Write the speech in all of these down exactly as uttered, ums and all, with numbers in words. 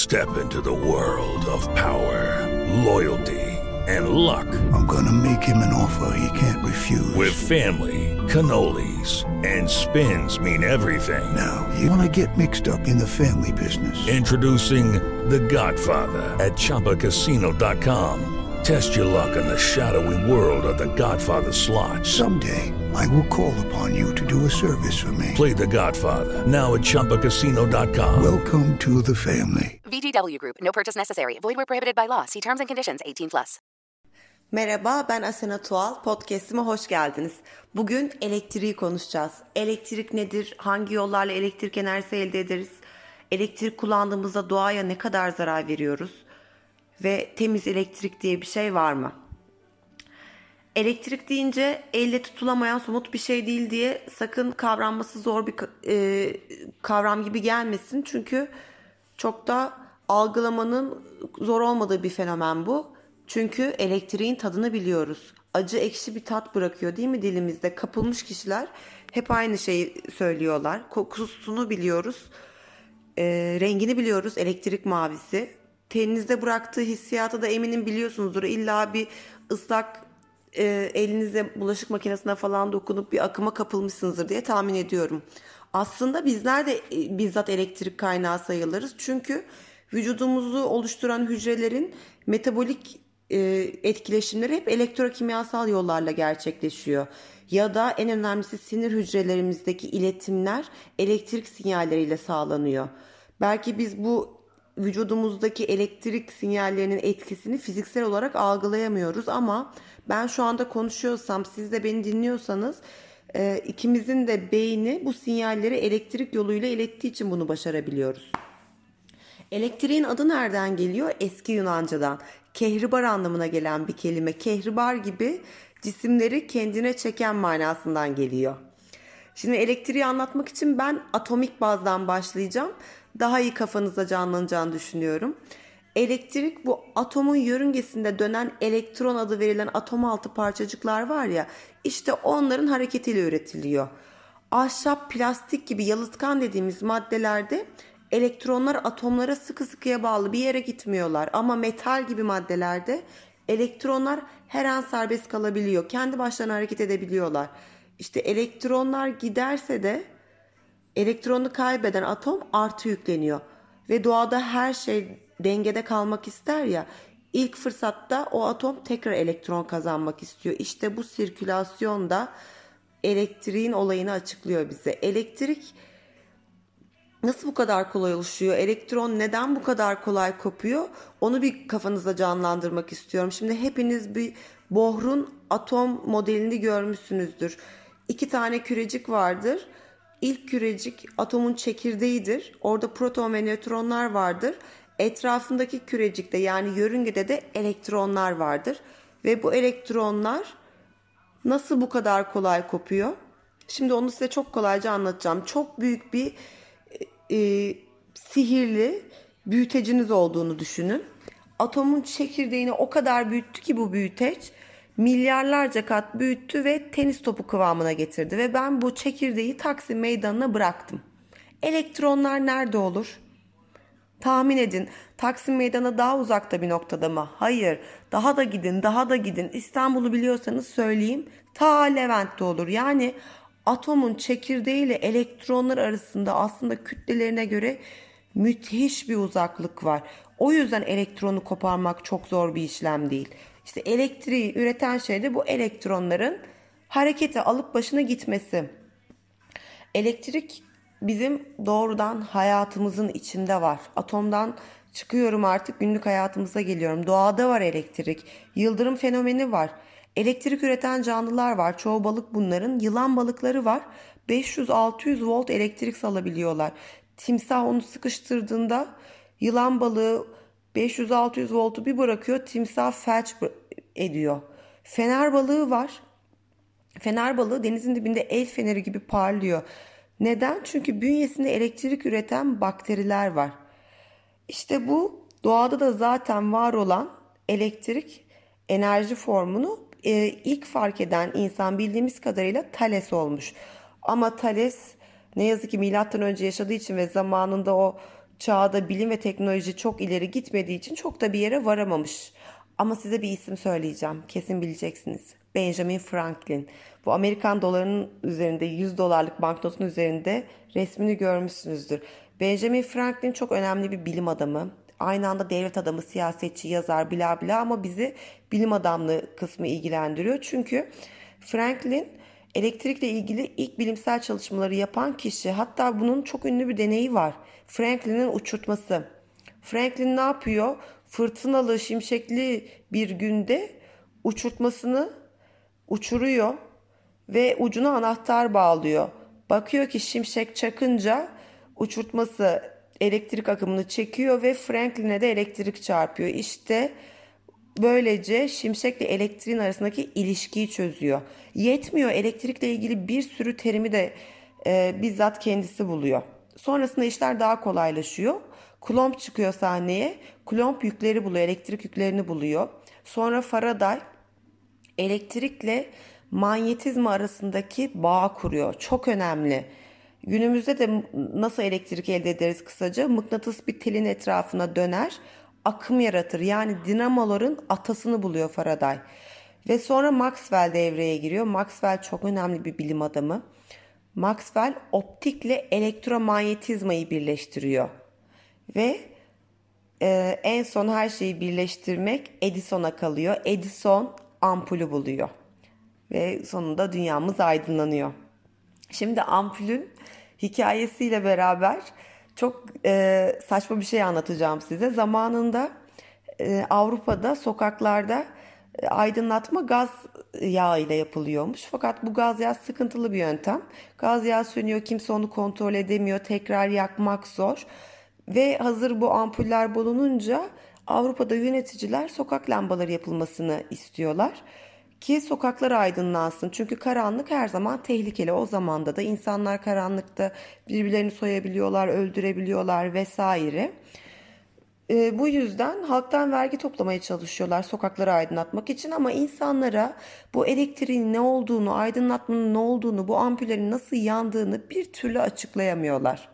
Step into the world of power, loyalty, and luck. I'm gonna make him an offer he can't refuse. With family, cannolis, and spins mean everything. Now, you wanna get mixed up in the family business. Introducing The Godfather at Chumba Casino dot com. Test your luck in the shadowy world of The Godfather slot. Someday, I will call upon you to do a service for me. Play The Godfather now at Chumba Casino dot com. Welcome to the family. V G W Group. No purchase necessary. Void where prohibited by law. See terms and conditions. eighteen plus. Merhaba, ben Asena Tuğal. Podcast'ime hoş geldiniz. Bugün elektriği konuşacağız. Elektrik nedir? Hangi yollarla elektrik enerjisi elde ederiz? Elektrik kullandığımızda doğaya ne kadar zarar veriyoruz? Ve temiz elektrik diye bir şey var mı? Elektrik deyince elle tutulamayan somut bir şey değil diye sakın kavranması zor bir e, kavram gibi gelmesin. Çünkü çok da algılamanın zor olmadığı bir fenomen bu. Çünkü elektriğin tadını biliyoruz. Acı ekşi bir tat bırakıyor değil mi dilimizde? Kapılmış kişiler hep aynı şeyi söylüyorlar. Kokusunu biliyoruz. E, rengini biliyoruz, elektrik mavisi. Teninizde bıraktığı hissiyatı da eminim biliyorsunuzdur. İlla bir ıslak e, elinize bulaşık makinesine falan dokunup bir akıma kapılmışsınızdır diye tahmin ediyorum. Aslında bizler de e, bizzat elektrik kaynağı sayılırız. Çünkü vücudumuzu oluşturan hücrelerin metabolik e, etkileşimleri hep elektrokimyasal yollarla gerçekleşiyor. Ya da en önemlisi sinir hücrelerimizdeki iletimler elektrik sinyalleriyle sağlanıyor. Belki biz bu vücudumuzdaki elektrik sinyallerinin etkisini fiziksel olarak algılayamıyoruz ama ben şu anda konuşuyorsam, siz de beni dinliyorsanız e, ikimizin de beyni bu sinyalleri elektrik yoluyla ilettiği için bunu başarabiliyoruz. Elektriğin adı nereden geliyor? Eski Yunancadan. Kehribar anlamına gelen bir kelime. Kehribar gibi cisimleri kendine çeken manasından geliyor. Şimdi elektriği anlatmak için ben atomik bazdan başlayacağım. Daha iyi kafanızda canlanacağını düşünüyorum. Elektrik, bu atomun yörüngesinde dönen elektron adı verilen atom altı parçacıklar var ya, işte onların hareketiyle üretiliyor. Ahşap, plastik gibi yalıtkan dediğimiz maddelerde elektronlar atomlara sıkı sıkıya bağlı, bir yere gitmiyorlar. Ama metal gibi maddelerde elektronlar her an serbest kalabiliyor. Kendi başlarına hareket edebiliyorlar. İşte elektronlar giderse de elektronu kaybeden atom artı yükleniyor. Ve doğada her şey dengede kalmak ister ya, ilk fırsatta o atom tekrar elektron kazanmak istiyor. İşte bu sirkülasyon da elektriğin olayını açıklıyor bize. Elektrik nasıl bu kadar kolay oluşuyor? Elektron neden bu kadar kolay kopuyor? Onu bir kafanızda canlandırmak istiyorum. Şimdi hepiniz bir Bohr'un atom modelini görmüşsünüzdür. İki tane kürecik vardır. İlk kürecik atomun çekirdeğidir. Orada proton ve nötronlar vardır. Etrafındaki kürecikte, yani yörüngede de elektronlar vardır. Ve bu elektronlar nasıl bu kadar kolay kopuyor? Şimdi onu size çok kolayca anlatacağım. Çok büyük bir e, sihirli büyüteciniz olduğunu düşünün. Atomun çekirdeğini o kadar büyüttü ki bu büyüteç milyarlarca kat büyüttü ve tenis topu kıvamına getirdi. Ve ben bu çekirdeği Taksim Meydanı'na bıraktım. Elektronlar nerede olur? Tahmin edin. Taksim Meydanı daha uzakta bir noktada mı? Hayır. Daha da gidin, daha da gidin. İstanbul'u biliyorsanız söyleyeyim. Ta Levent'te olur. Yani atomun çekirdeği ile elektronlar arasında aslında kütlelerine göre müthiş bir uzaklık var. O yüzden elektronu koparmak çok zor bir işlem değil. İşte elektriği üreten şey de bu elektronların harekete alıp başına gitmesi. Elektrik bizim doğrudan hayatımızın içinde var. Atomdan çıkıyorum, artık günlük hayatımıza geliyorum. Doğada var elektrik. Yıldırım fenomeni var. Elektrik üreten canlılar var. Çoğu balık bunların. Yılan balıkları var. beş yüz altı yüz volt elektrik salabiliyorlar. Timsah onu sıkıştırdığında yılan balığı beş yüz altı yüz voltu bir bırakıyor. Timsah felç ediyor. Fener balığı var. Fener balığı denizin dibinde el feneri gibi parlıyor. Neden? Çünkü bünyesinde elektrik üreten bakteriler var. İşte bu doğada da zaten var olan elektrik enerji formunu e, ilk fark eden insan bildiğimiz kadarıyla Thales olmuş. Ama Thales ne yazık ki milattan önce yaşadığı için ve zamanında o çağda bilim ve teknoloji çok ileri gitmediği için çok da bir yere varamamış. Ama size bir isim söyleyeceğim. Kesin bileceksiniz. Benjamin Franklin. Bu Amerikan dolarının üzerinde, yüz dolarlık banknotun üzerinde resmini görmüşsünüzdür. Benjamin Franklin çok önemli bir bilim adamı. Aynı anda devlet adamı, siyasetçi, yazar, bla bla, ama bizi bilim adamlığı kısmı ilgilendiriyor. Çünkü Franklin elektrikle ilgili ilk bilimsel çalışmaları yapan kişi. Hatta bunun çok ünlü bir deneyi var. Franklin'in uçurtması. Franklin ne yapıyor? Fırtınalı, şimşekli bir günde uçurtmasını uçuruyor ve ucuna anahtar bağlıyor. Bakıyor ki şimşek çakınca uçurtması elektrik akımını çekiyor ve Franklin'e de elektrik çarpıyor. İşte böylece şimşekle elektriğin arasındaki ilişkiyi çözüyor. Yetmiyor, elektrikle ilgili bir sürü terimi de e, bizzat kendisi buluyor. Sonrasında işler daha kolaylaşıyor. Coulomb çıkıyor sahneye. Coulomb yükleri buluyor, elektrik yüklerini buluyor. Sonra Faraday elektrikle manyetizma arasındaki bağ kuruyor. Çok önemli. Günümüzde de nasıl elektrik elde ederiz kısaca? Mıknatıs bir telin etrafına döner, akım yaratır. Yani dinamoların atasını buluyor Faraday. Ve sonra Maxwell devreye giriyor. Maxwell çok önemli bir bilim adamı. Maxwell optikle elektromanyetizmayı birleştiriyor. Ve e, en son her şeyi birleştirmek Edison'a kalıyor. Edison ampulü buluyor. Ve sonunda dünyamız aydınlanıyor. Şimdi ampulün hikayesiyle beraber çok e, saçma bir şey anlatacağım size. Zamanında e, Avrupa'da sokaklarda e, aydınlatma gaz yağı ile yapılıyormuş. Fakat bu gaz yağı sıkıntılı bir yöntem. Gaz yağı sönüyor, kimse onu kontrol edemiyor, tekrar yakmak zor. Ve hazır bu ampuller bulununca Avrupa'da yöneticiler sokak lambaları yapılmasını istiyorlar. Ki sokaklar aydınlansın. Çünkü karanlık her zaman tehlikeli. O zamanda da insanlar karanlıkta birbirlerini soyabiliyorlar, öldürebiliyorlar vesaire. E, bu yüzden halktan vergi toplamaya çalışıyorlar sokakları aydınlatmak için, ama insanlara bu elektriğin ne olduğunu, aydınlatmanın ne olduğunu, bu ampullerin nasıl yandığını bir türlü açıklayamıyorlar.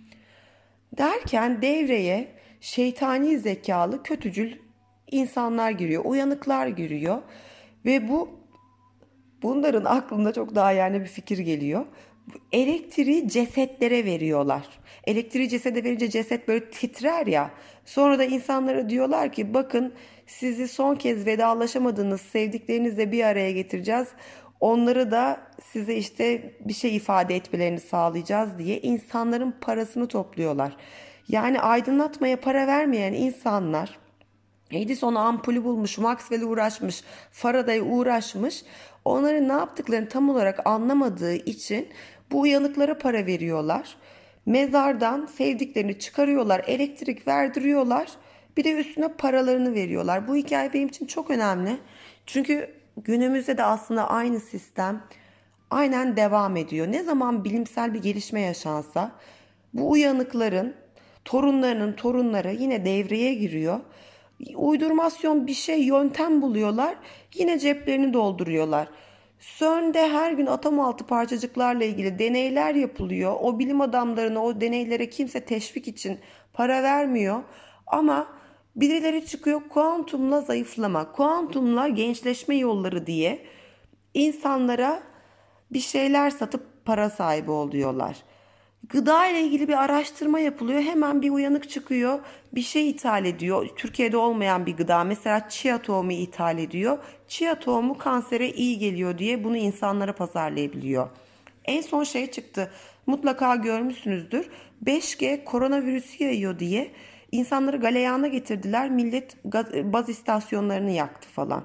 Derken devreye şeytani zekalı, kötücül insanlar giriyor, uyanıklar giriyor. Ve bu bunların aklında çok daha yani bir fikir geliyor. Elektriği cesetlere veriyorlar. Elektriği cesede verince ceset böyle titrer ya. Sonra da insanlara diyorlar ki bakın, sizi son kez vedalaşamadığınız sevdiklerinizle bir araya getireceğiz. Onları da size işte bir şey ifade etmelerini sağlayacağız diye insanların parasını topluyorlar. Yani aydınlatmaya para vermeyen insanlar, Edison ampulü bulmuş, Maxwell uğraşmış, Faraday uğraşmış. Onların ne yaptıklarını tam olarak anlamadığı için bu uyanıklara para veriyorlar. Mezardan sevdiklerini çıkarıyorlar, elektrik verdiriyorlar. Bir de üstüne paralarını veriyorlar. Bu hikaye benim için çok önemli. Çünkü günümüzde de aslında aynı sistem aynen devam ediyor. Ne zaman bilimsel bir gelişme yaşansa bu uyanıkların torunlarının torunları yine devreye giriyor. Uydurmasyon bir şey, yöntem buluyorlar. Yine ceplerini dolduruyorlar. CERN'de her gün atom altı parçacıklarla ilgili deneyler yapılıyor. O bilim adamlarına, o deneylere kimse teşvik için para vermiyor. Ama birileri çıkıyor kuantumla zayıflama, kuantumla gençleşme yolları diye insanlara bir şeyler satıp para sahibi oluyorlar. Gıda ile ilgili bir araştırma yapılıyor. Hemen bir uyanık çıkıyor. Bir şey ithal ediyor. Türkiye'de olmayan bir gıda. Mesela chia tohumu ithal ediyor. Chia tohumu kansere iyi geliyor diye bunu insanlara pazarlayabiliyor. En son şey çıktı. Mutlaka görmüşsünüzdür. beş G koronavirüsü yayıyor diye insanları galeyana getirdiler. Millet gaz, baz istasyonlarını yaktı falan.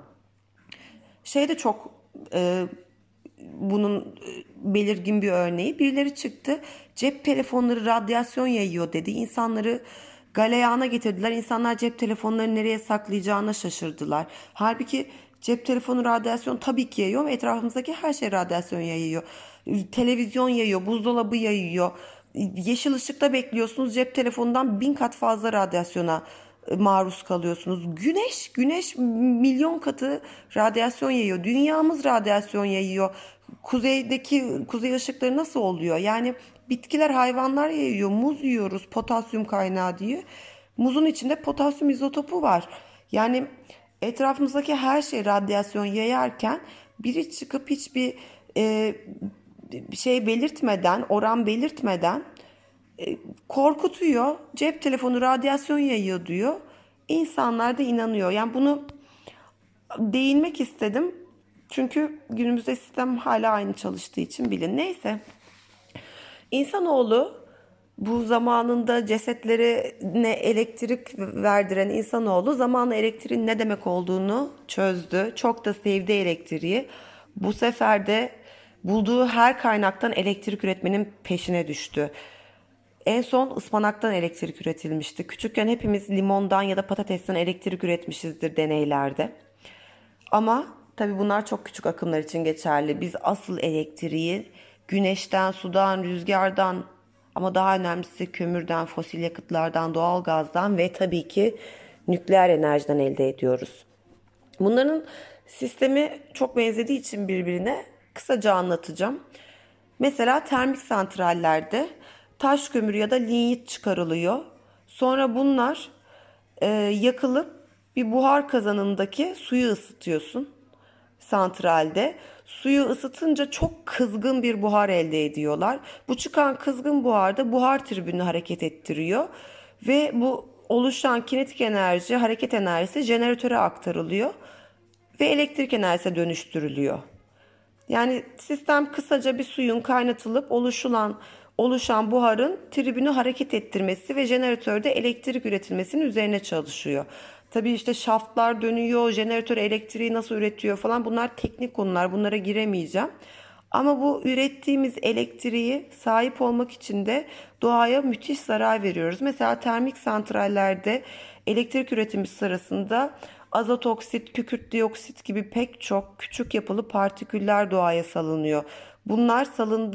Şey de çok... E, bunun belirgin bir örneği. Birileri çıktı, cep telefonları radyasyon yayıyor dedi. İnsanları galeyana getirdiler. İnsanlar cep telefonlarını nereye saklayacağına şaşırdılar. Halbuki cep telefonu radyasyon tabii ki yayıyor ama etrafımızdaki her şey radyasyon yayıyor. Televizyon yayıyor, buzdolabı yayıyor. Yeşil ışıkta bekliyorsunuz, cep telefonundan bin kat fazla radyasyona maruz kalıyorsunuz. Güneş, güneş milyon katı radyasyon yayıyor. Dünyamız radyasyon yayıyor. Kuzeydeki kuzey ışıkları nasıl oluyor? Yani bitkiler, hayvanlar yayıyor. Muz yiyoruz potasyum kaynağı diye. Muzun içinde potasyum izotopu var. Yani etrafımızdaki her şey radyasyon yayarken biri çıkıp hiçbir e, şey belirtmeden, oran belirtmeden e, korkutuyor. Cep telefonu radyasyon yayıyor diyor. İnsanlar da inanıyor. Yani bunu değinmek istedim. Çünkü günümüzde sistem hala aynı çalıştığı için bilin. Neyse. İnsanoğlu bu zamanında cesetlerine elektrik verdiren insanoğlu zamanla elektriğin ne demek olduğunu çözdü. Çok da sevdi elektriği. Bu sefer de bulduğu her kaynaktan elektrik üretmenin peşine düştü. En son ıspanaktan elektrik üretilmişti. Küçükken hepimiz limondan ya da patatesten elektrik üretmişizdir deneylerde. Ama tabii bunlar çok küçük akımlar için geçerli. Biz asıl elektriği güneşten, sudan, rüzgardan ama daha önemlisi kömürden, fosil yakıtlardan, doğalgazdan ve tabii ki nükleer enerjiden elde ediyoruz. Bunların sistemi çok benzediği için birbirine kısaca anlatacağım. Mesela termik santrallerde taş kömür ya da linyit çıkarılıyor. Sonra bunlar e, yakılıp bir buhar kazanındaki suyu ısıtıyorsun santralde. Suyu ısıtınca çok kızgın bir buhar elde ediyorlar. Bu çıkan kızgın buhar da buhar tribününü hareket ettiriyor. Ve bu oluşan kinetik enerji, hareket enerjisi jeneratöre aktarılıyor. Ve elektrik enerjisine dönüştürülüyor. Yani sistem kısaca bir suyun kaynatılıp oluşulan, oluşan buharın tribünü hareket ettirmesi ve jeneratörde elektrik üretilmesinin üzerine çalışıyor. Tabii işte şaftlar dönüyor, jeneratör elektriği nasıl üretiyor falan, bunlar teknik konular, bunlara giremeyeceğim. Ama bu ürettiğimiz elektriği sahip olmak için de doğaya müthiş zarar veriyoruz. Mesela termik santrallerde elektrik üretimi sırasında azot oksit, kükürt dioksit gibi pek çok küçük yapılı partiküller doğaya salınıyor. Bunlar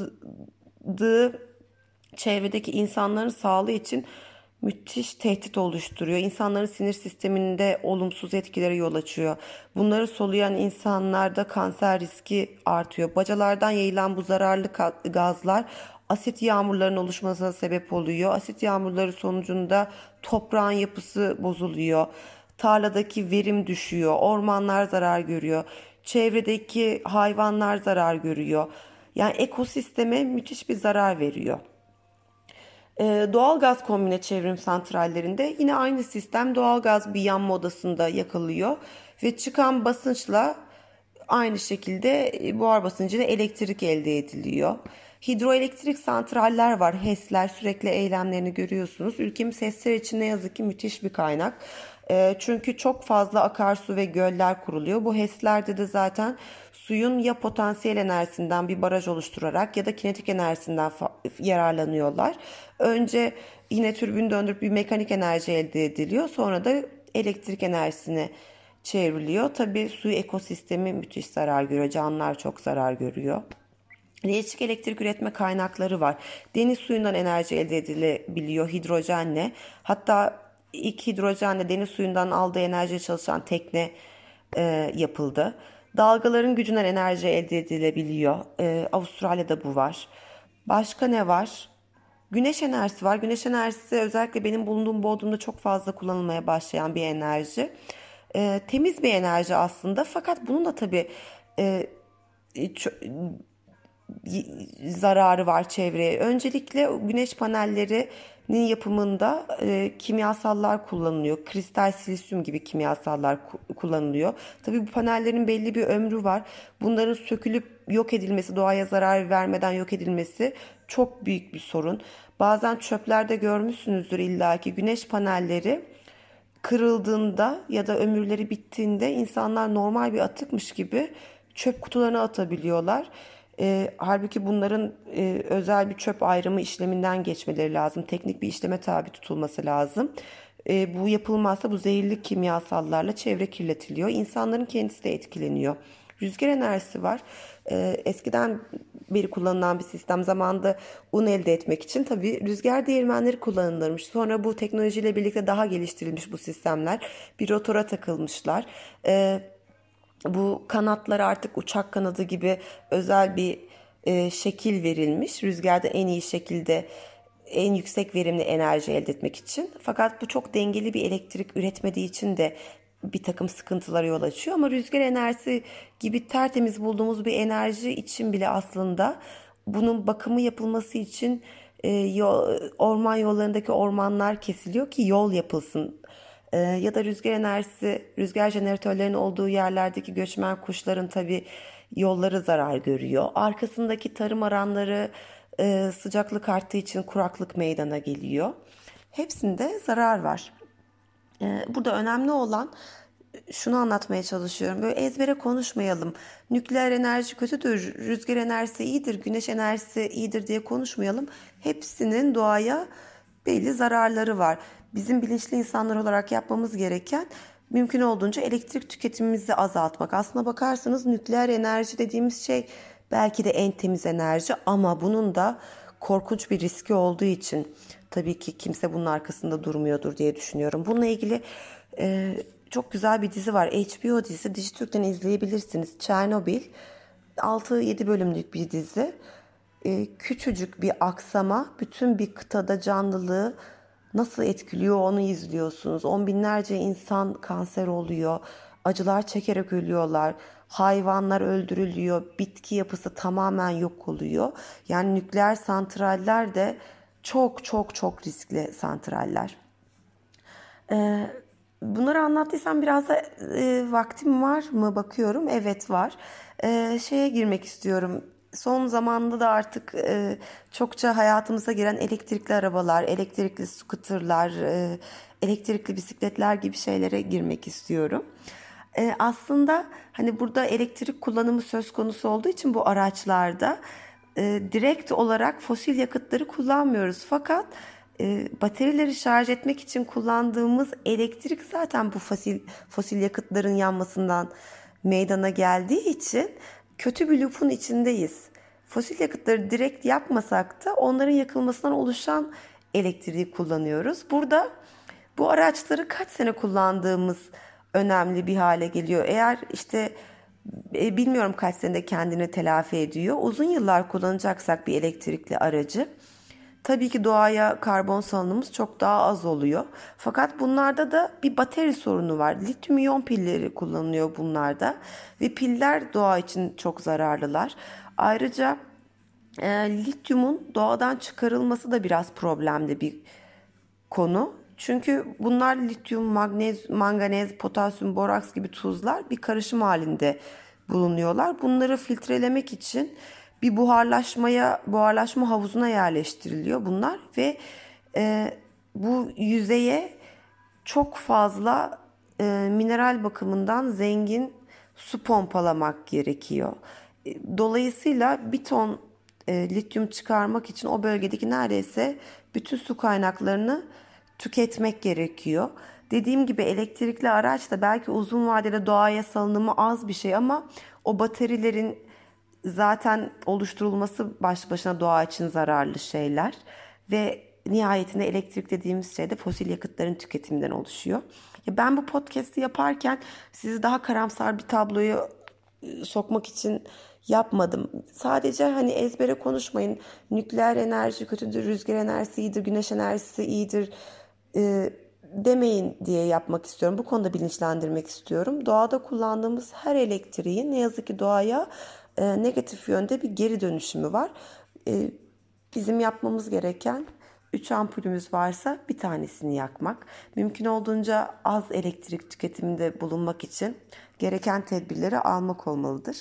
salındığı çevredeki insanların sağlığı için müthiş tehdit oluşturuyor. İnsanların sinir sisteminde olumsuz etkilere yol açıyor. Bunları soluyan insanlarda kanser riski artıyor. Bacalardan yayılan bu zararlı gazlar asit yağmurlarının oluşmasına sebep oluyor. Asit yağmurları sonucunda toprağın yapısı bozuluyor. Tarladaki verim düşüyor. Ormanlar zarar görüyor. Çevredeki hayvanlar zarar görüyor. Yani ekosisteme müthiş bir zarar veriyor. Ee, doğalgaz kombine çevrim santrallerinde yine aynı sistem, doğalgaz bir yanma odasında yakılıyor ve çıkan basınçla aynı şekilde buhar basıncıyla elektrik elde ediliyor. Hidroelektrik santraller var. HES'ler, sürekli eylemlerini görüyorsunuz. Ülkemiz HES'ler için ne yazık ki müthiş bir kaynak. E, çünkü çok fazla akarsu ve göller kuruluyor. Bu HES'lerde de zaten suyun ya potansiyel enerjisinden bir baraj oluşturarak ya da kinetik enerjisinden yararlanıyorlar. Önce yine türbün döndürüp bir mekanik enerji elde ediliyor. Sonra da elektrik enerjisine çevriliyor. Tabii su ekosistemi müthiş zarar görüyor. Canlılar çok zarar görüyor. Değişik elektrik üretme kaynakları var. Deniz suyundan enerji elde edilebiliyor hidrojenle. Hatta ilk hidrojenle deniz suyundan aldığı enerjiye çalışan tekne e, yapıldı. Dalgaların gücünden enerji elde edilebiliyor. E, Avustralya'da bu var. Başka ne var? Güneş enerjisi var. Güneş enerjisi özellikle benim bulunduğum Bodrum'da çok fazla kullanılmaya başlayan bir enerji. E, temiz bir enerji aslında. Fakat bunun da tabii e, çok, zararı var çevreye. Öncelikle güneş panellerinin yapımında e, kimyasallar kullanılıyor. Kristal silisyum gibi kimyasallar ku- kullanılıyor. Tabii bu panellerin belli bir ömrü var. Bunların sökülüp yok edilmesi, doğaya zarar vermeden yok edilmesi çok büyük bir sorun. Bazen çöplerde görmüşsünüzdür illaki, güneş panelleri kırıldığında ya da ömürleri bittiğinde insanlar normal bir atıkmış gibi çöp kutularına atabiliyorlar. E, halbuki bunların e, özel bir çöp ayrımı işleminden geçmeleri lazım. Teknik bir işleme tabi tutulması lazım. E, bu yapılmazsa bu zehirli kimyasallarla çevre kirletiliyor. İnsanların kendisi de etkileniyor. Rüzgar enerjisi var. E, eskiden beri kullanılan bir sistem. Zamanında un elde etmek için tabii rüzgar değirmenleri kullanılırmış. Sonra bu teknolojiyle birlikte daha geliştirilmiş bu sistemler. Bir rotora takılmışlar. E, Bu kanatlar artık uçak kanadı gibi özel bir e, şekil verilmiş. Rüzgarda en iyi şekilde en yüksek verimli enerji elde etmek için. Fakat bu çok dengeli bir elektrik üretmediği için de bir takım sıkıntılara yol açıyor. Ama rüzgar enerjisi gibi tertemiz bulduğumuz bir enerji için bile aslında bunun bakımı yapılması için e, yol, orman yollarındaki ormanlar kesiliyor ki yol yapılsın. E, ya da rüzgar enerjisi, rüzgar jeneratörlerinin olduğu yerlerdeki göçmen kuşların tabii yolları zarar görüyor. Arkasındaki tarım alanları e, sıcaklık arttığı için kuraklık meydana geliyor. Hepsinde zarar var. E, burada önemli olan şunu anlatmaya çalışıyorum. Böyle ezbere konuşmayalım. Nükleer enerji kötüdür, rüzgar enerjisi iyidir, güneş enerjisi iyidir diye konuşmayalım. Hepsinin doğaya belli zararları var. Bizim bilinçli insanlar olarak yapmamız gereken mümkün olduğunca elektrik tüketimimizi azaltmak. Aslına bakarsanız nükleer enerji dediğimiz şey belki de en temiz enerji ama bunun da korkunç bir riski olduğu için tabii ki kimse bunun arkasında durmuyordur diye düşünüyorum. Bununla ilgili e, çok güzel bir dizi var. H B O dizisi. Dijitürk'ten izleyebilirsiniz. Çernobil. altı yedi bölümlük bir dizi. Ee, küçücük bir aksama bütün bir kıtada canlılığı nasıl etkiliyor onu izliyorsunuz. On binlerce insan kanser oluyor. Acılar çekerek ölüyorlar. Hayvanlar öldürülüyor. Bitki yapısı tamamen yok oluyor. Yani nükleer santraller de çok çok çok riskli santraller. Ee, Bunları anlattıysam biraz da e, vaktim var mı bakıyorum. Evet var. E, şeye girmek istiyorum. Son zamanda da artık e, çokça hayatımıza giren elektrikli arabalar, elektrikli scooterlar, e, elektrikli bisikletler gibi şeylere girmek istiyorum. E, aslında hani burada elektrik kullanımı söz konusu olduğu için bu araçlarda e, direkt olarak fosil yakıtları kullanmıyoruz. Fakat E, baterileri şarj etmek için kullandığımız elektrik zaten bu fosil, fosil yakıtların yanmasından meydana geldiği için kötü bir loop'un içindeyiz. Fosil yakıtları direkt yakmasak da onların yakılmasından oluşan elektriği kullanıyoruz. Burada bu araçları kaç sene kullandığımız önemli bir hale geliyor. Eğer işte e, bilmiyorum kaç senede kendini telafi ediyor. Uzun yıllar kullanacaksak bir elektrikli aracı, tabii ki doğaya karbon salınımımız çok daha az oluyor. Fakat bunlarda da bir bateri sorunu var. Lityum iyon pilleri kullanılıyor bunlarda. Ve piller doğa için çok zararlılar. Ayrıca e, lityumun doğadan çıkarılması da biraz problemli bir konu. Çünkü bunlar lityum, magnez, manganez, potasyum, boraks gibi tuzlar bir karışım halinde bulunuyorlar. Bunları filtrelemek için bir buharlaşmaya, buharlaşma havuzuna yerleştiriliyor bunlar ve e, bu yüzeye çok fazla e, mineral bakımından zengin su pompalamak gerekiyor. E, dolayısıyla bir ton e, lityum çıkarmak için o bölgedeki neredeyse bütün su kaynaklarını tüketmek gerekiyor. Dediğim gibi elektrikli araç da belki uzun vadede doğaya salınımı az bir şey ama o baterilerin zaten oluşturulması baş başına doğa için zararlı şeyler ve nihayetinde elektrik dediğimiz şey de fosil yakıtların tüketiminden oluşuyor. Ya ben bu podcast'i yaparken sizi daha karamsar bir tabloya sokmak için yapmadım. Sadece hani ezbere konuşmayın. Nükleer enerji kötüdür, rüzgar enerjisi iyidir, güneş enerjisi iyidir e, demeyin diye yapmak istiyorum. Bu konuda bilinçlendirmek istiyorum. Doğada kullandığımız her elektriğin ne yazık ki doğaya e, negatif yönde bir geri dönüşümü var. E, bizim yapmamız gereken üç ampulümüz varsa bir tanesini yakmak. Mümkün olduğunca az elektrik tüketiminde bulunmak için gereken tedbirleri almak olmalıdır.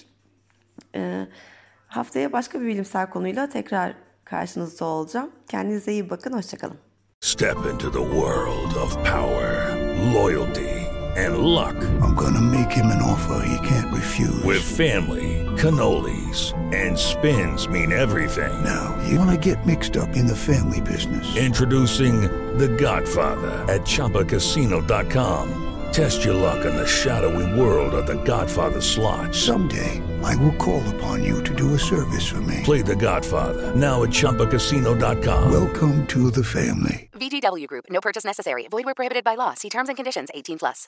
E, haftaya başka bir bilimsel konuyla tekrar karşınızda olacağım. Kendinize iyi bakın, hoşçakalın. Step into the world of power, loyalty, and luck. I'm gonna make him an offer he can't refuse. With family, cannolis, and spins mean everything. Now, you wanna get mixed up in the family business. Introducing The Godfather at Chumba Casino dot com. Test your luck in the shadowy world of The Godfather slot. Someday, I will call upon you to do a service for me. Play The Godfather now at Chumba Casino dot com. Welcome to the family. V G W Group. No purchase necessary. Void where prohibited by law. See terms and conditions. eighteen plus.